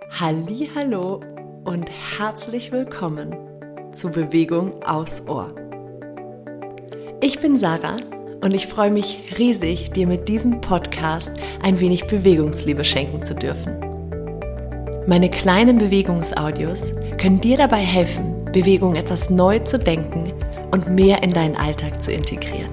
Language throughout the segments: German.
Hallihallo und herzlich willkommen zu Bewegung aufs Ohr. Ich bin Sarah und ich freue mich riesig, dir mit diesem Podcast ein wenig Bewegungsliebe schenken zu dürfen. Meine kleinen Bewegungsaudios können dir dabei helfen, Bewegung etwas neu zu denken und mehr in deinen Alltag zu integrieren.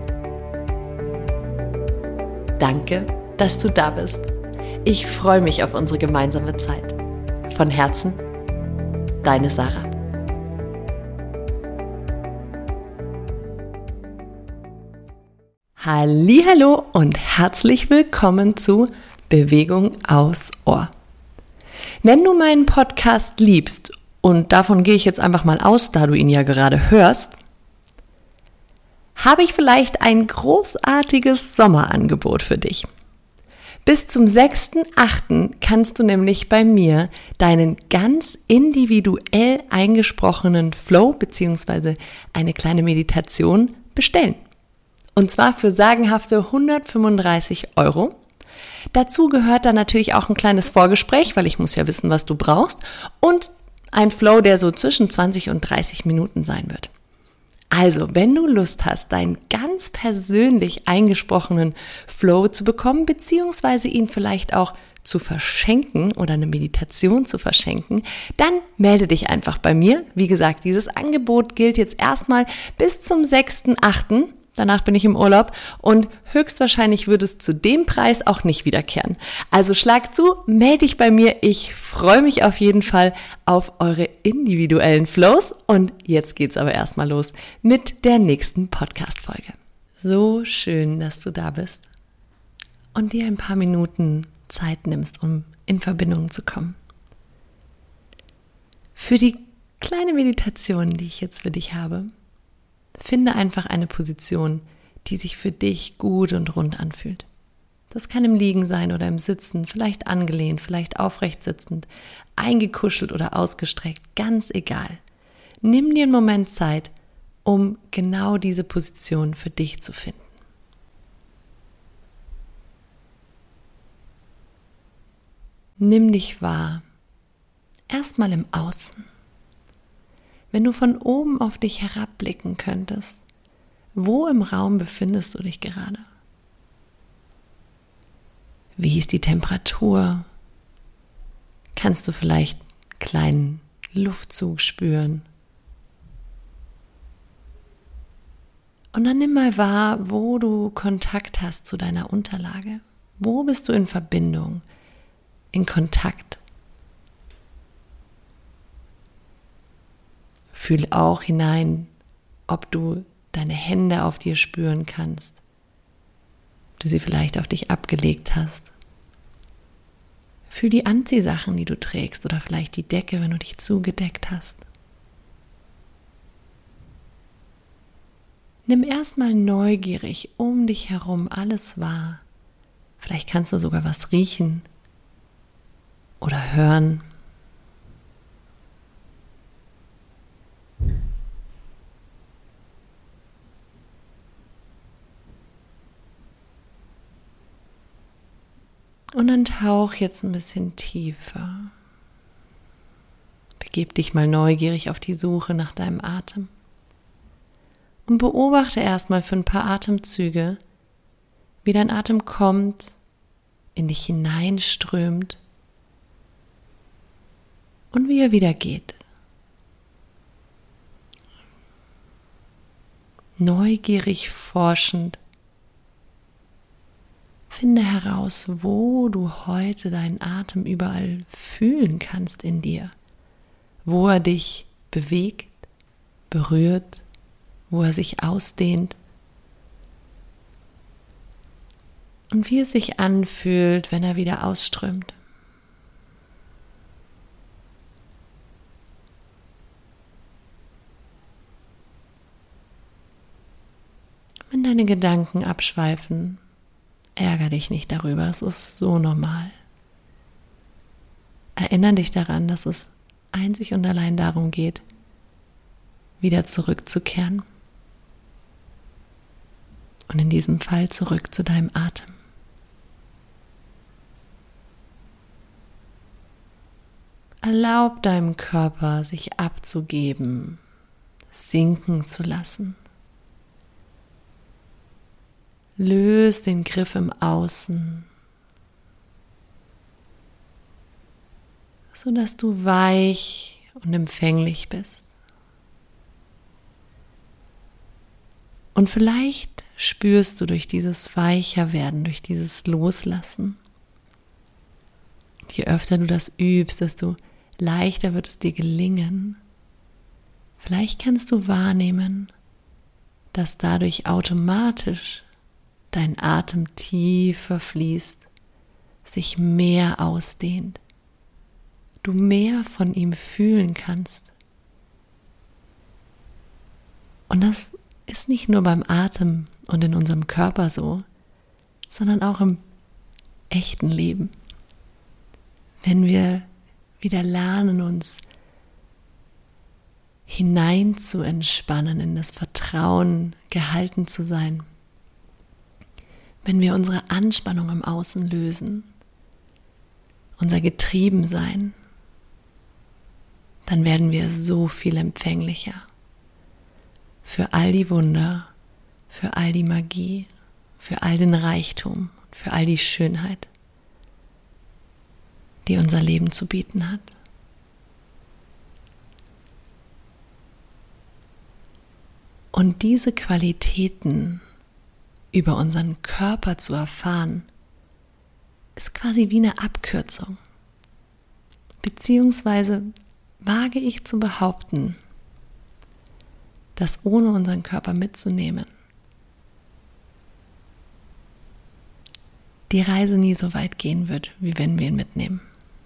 Danke, dass du da bist. Ich freue mich auf unsere gemeinsame Zeit. Von Herzen, deine Sarah. Hallihallo und herzlich willkommen zu Bewegung aufs Ohr. Wenn du meinen Podcast liebst, und davon gehe ich jetzt einfach mal aus, da du ihn ja gerade hörst, habe ich vielleicht ein großartiges Sommerangebot für dich. Bis zum 6.8. kannst du nämlich bei mir deinen ganz individuell eingesprochenen Flow bzw. eine kleine Meditation bestellen. Und zwar für sagenhafte 135 €. Dazu gehört dann natürlich auch ein kleines Vorgespräch, weil ich muss ja wissen, was du brauchst. Und ein Flow, der so zwischen 20 und 30 Minuten sein wird. Also, wenn du Lust hast, deinen ganz persönlich eingesprochenen Flow zu bekommen, beziehungsweise ihn vielleicht auch zu verschenken oder eine Meditation zu verschenken, dann melde dich einfach bei mir. Wie gesagt, dieses Angebot gilt jetzt erstmal bis zum 6.8. Danach bin ich im Urlaub und höchstwahrscheinlich wird es zu dem Preis auch nicht wiederkehren. Also schlag zu, melde dich bei mir. Ich freue mich auf jeden Fall auf eure individuellen Flows. Und jetzt geht's aber erstmal los mit der nächsten Podcast-Folge. So schön, dass du da bist und dir ein paar Minuten Zeit nimmst, um in Verbindung zu kommen. Für die kleine Meditation, die ich jetzt für dich habe, finde einfach eine Position, die sich für dich gut und rund anfühlt. Das kann im Liegen sein oder im Sitzen, vielleicht angelehnt, vielleicht aufrecht sitzend, eingekuschelt oder ausgestreckt, ganz egal. Nimm dir einen Moment Zeit, um genau diese Position für dich zu finden. Nimm dich wahr, erstmal im Außen. Wenn du von oben auf dich herabblicken könntest, wo im Raum befindest du dich gerade? Wie ist die Temperatur? Kannst du vielleicht einen kleinen Luftzug spüren? Und dann nimm mal wahr, wo du Kontakt hast zu deiner Unterlage. Wo bist du in Verbindung, in Kontakt? Fühl auch hinein, ob du deine Hände auf dir spüren kannst, ob du sie vielleicht auf dich abgelegt hast. Fühl die Anziehsachen, die du trägst oder vielleicht die Decke, wenn du dich zugedeckt hast. Nimm erstmal neugierig um dich herum alles wahr. Vielleicht kannst du sogar was riechen oder hören. Und dann tauch jetzt ein bisschen tiefer. Begib dich mal neugierig auf die Suche nach deinem Atem. Und beobachte erstmal für ein paar Atemzüge, wie dein Atem kommt, in dich hineinströmt und wie er wieder geht. Neugierig forschend. Finde heraus, wo du heute deinen Atem überall fühlen kannst in dir, wo er dich bewegt, berührt, wo er sich ausdehnt und wie es sich anfühlt, wenn er wieder ausströmt. Wenn deine Gedanken abschweifen, ärgere dich nicht darüber, das ist so normal. Erinnere dich daran, dass es einzig und allein darum geht, wieder zurückzukehren. Und in diesem Fall zurück zu deinem Atem. Erlaub deinem Körper, sich abzugeben, sinken zu lassen. Löse den Griff im Außen, sodass du weich und empfänglich bist. Und vielleicht spürst du durch dieses Weicherwerden, durch dieses Loslassen, je öfter du das übst, desto leichter wird es dir gelingen. Vielleicht kannst du wahrnehmen, dass dadurch automatisch dein Atem tiefer fließt, sich mehr ausdehnt, du mehr von ihm fühlen kannst. Und das ist nicht nur beim Atem und in unserem Körper so, sondern auch im echten Leben. Wenn wir wieder lernen, uns hinein zu entspannen, in das Vertrauen gehalten zu sein, wenn wir unsere Anspannung im Außen lösen, unser Getriebensein, dann werden wir so viel empfänglicher für all die Wunder, für all die Magie, für all den Reichtum, für all die Schönheit, die unser Leben zu bieten hat. Und diese Qualitäten über unseren Körper zu erfahren, ist quasi wie eine Abkürzung. Beziehungsweise wage ich zu behaupten, dass ohne unseren Körper mitzunehmen, die Reise nie so weit gehen wird, wie wenn wir ihn mitnehmen.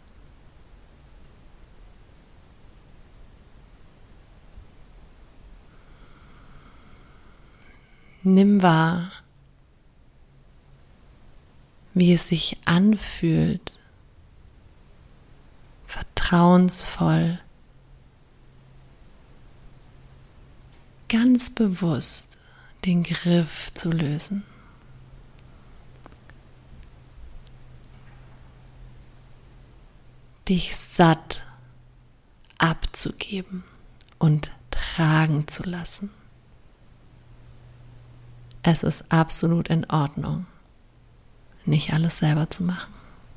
Nimm wahr, wie es sich anfühlt, vertrauensvoll, ganz bewusst den Griff zu lösen. Dich satt abzugeben und tragen zu lassen. Es ist absolut in Ordnung, nicht alles selber zu machen.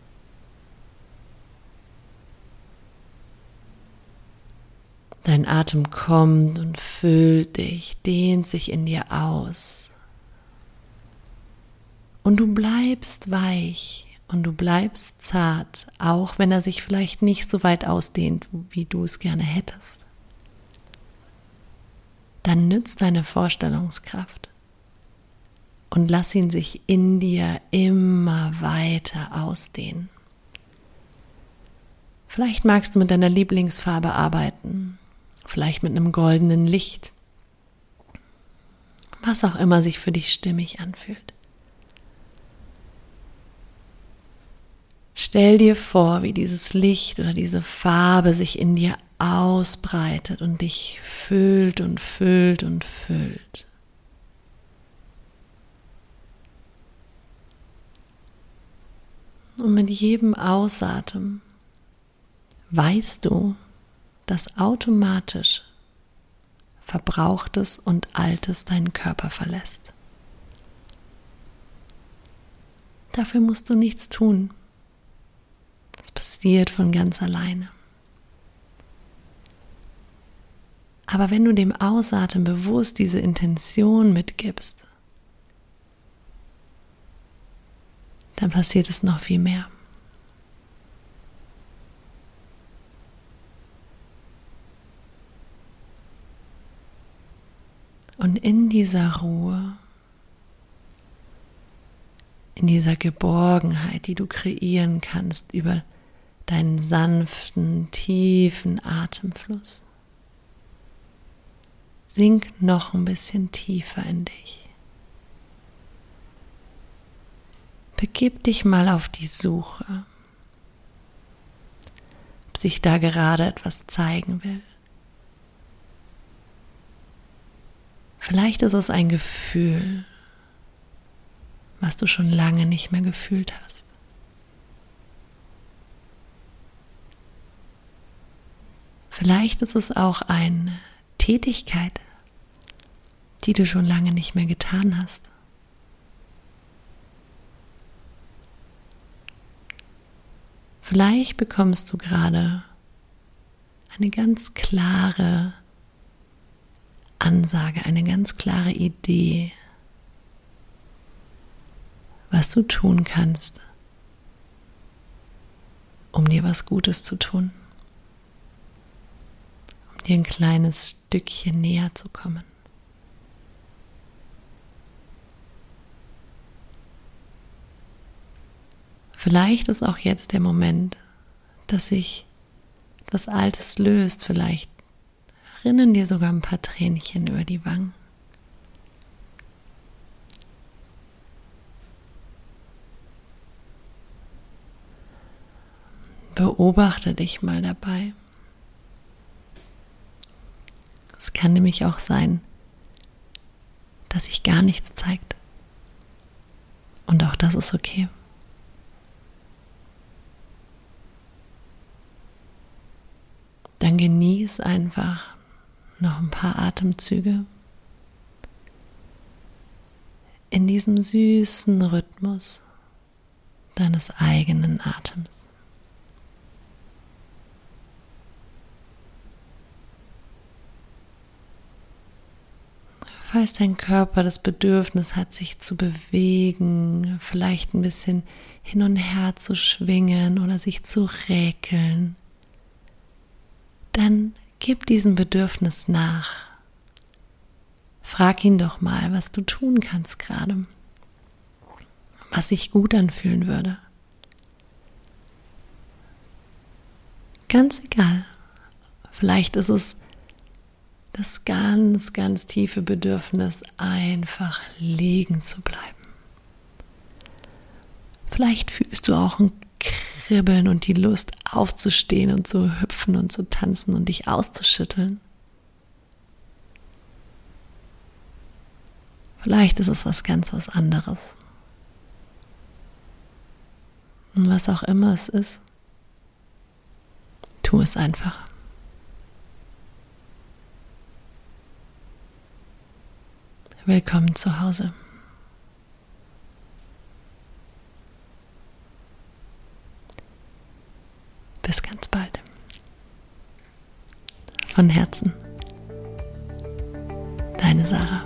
Dein Atem kommt und füllt dich, dehnt sich in dir aus. Und du bleibst weich und du bleibst zart, auch wenn er sich vielleicht nicht so weit ausdehnt, wie du es gerne hättest. Dann nützt deine Vorstellungskraft und lass ihn sich in dir immer weiter ausdehnen. Vielleicht magst du mit deiner Lieblingsfarbe arbeiten, vielleicht mit einem goldenen Licht, was auch immer sich für dich stimmig anfühlt. Stell dir vor, wie dieses Licht oder diese Farbe sich in dir ausbreitet und dich füllt und füllt und füllt. Und mit jedem Ausatmen weißt du, dass automatisch Verbrauchtes und Altes deinen Körper verlässt. Dafür musst du nichts tun. Das passiert von ganz alleine. Aber wenn du dem Ausatmen bewusst diese Intention mitgibst, dann passiert es noch viel mehr. Und in dieser Ruhe, in dieser Geborgenheit, die du kreieren kannst über deinen sanften, tiefen Atemfluss, sink noch ein bisschen tiefer in dich. Begib dich mal auf die Suche, ob sich da gerade etwas zeigen will. Vielleicht ist es ein Gefühl, was du schon lange nicht mehr gefühlt hast. Vielleicht ist es auch eine Tätigkeit, die du schon lange nicht mehr getan hast. Vielleicht bekommst du gerade eine ganz klare Ansage, eine ganz klare Idee, was du tun kannst, um dir was Gutes zu tun, um dir ein kleines Stückchen näher zu kommen. Vielleicht ist auch jetzt der Moment, dass sich etwas Altes löst. Vielleicht rinnen dir sogar ein paar Tränchen über die Wangen. Beobachte dich mal dabei. Es kann nämlich auch sein, dass sich gar nichts zeigt. Und auch das ist okay. Dann genieß einfach noch ein paar Atemzüge in diesem süßen Rhythmus deines eigenen Atems. Falls dein Körper das Bedürfnis hat, sich zu bewegen, vielleicht ein bisschen hin und her zu schwingen oder sich zu räkeln, dann gib diesem Bedürfnis nach. Frag ihn doch mal, was du tun kannst gerade, was sich gut anfühlen würde. Ganz egal. Vielleicht ist es das ganz, ganz tiefe Bedürfnis, einfach liegen zu bleiben. Vielleicht fühlst du auch ein Kribbeln und die Lust aufzustehen und zu hüpfen und zu tanzen und dich auszuschütteln. Vielleicht ist es was anderes. Und was auch immer es ist, tu es einfach. Willkommen zu Hause. Bis ganz bald. Von Herzen. Deine Sarah.